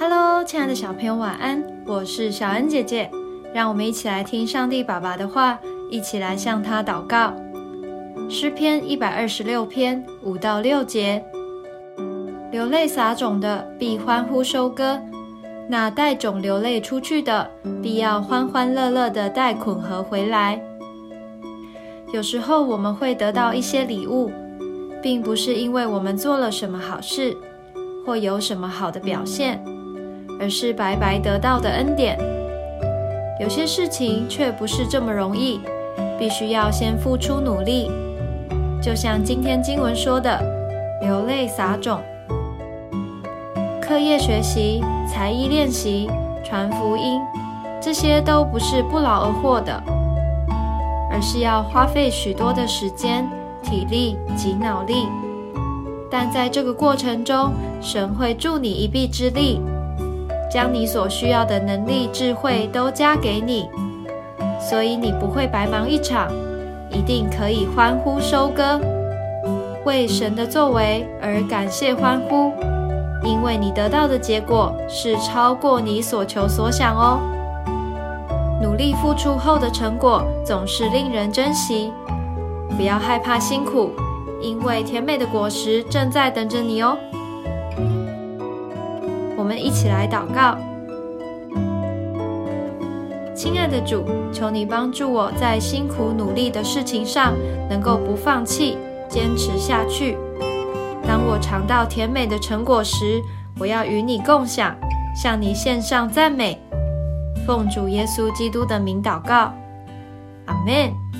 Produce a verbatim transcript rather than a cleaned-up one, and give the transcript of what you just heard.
Hello， 亲爱的小朋友晚安，我是小恩姐姐，让我们一起来听上帝爸爸的话，一起来向他祷告。诗篇一百二十六篇五到六节，流泪撒种的必欢呼收割，那带种流泪出去的必要欢欢乐乐地带捆禾回来。有时候我们会得到一些礼物，并不是因为我们做了什么好事或有什么好的表现，而是白白得到的恩典。有些事情却不是这么容易，必须要先付出努力。就像今天经文说的，流泪撒种。课业学习、才艺练习、传福音，这些都不是不劳而获的，而是要花费许多的时间、体力及脑力。但在这个过程中，神会助你一臂之力，将你所需要的能力、智慧都加给你，所以你不会白忙一场，一定可以欢呼收割，为神的作为而感谢欢呼，因为你得到的结果是超过你所求所想哦。努力付出后的成果总是令人珍惜，不要害怕辛苦，因为甜美的果实正在等着你哦。我们一起来祷告。亲爱的主，求你帮助我在辛苦努力的事情上能够不放弃，坚持下去。当我尝到甜美的成果时，我要与你共享，向你献上赞美。奉主耶稣基督的名祷告，阿们。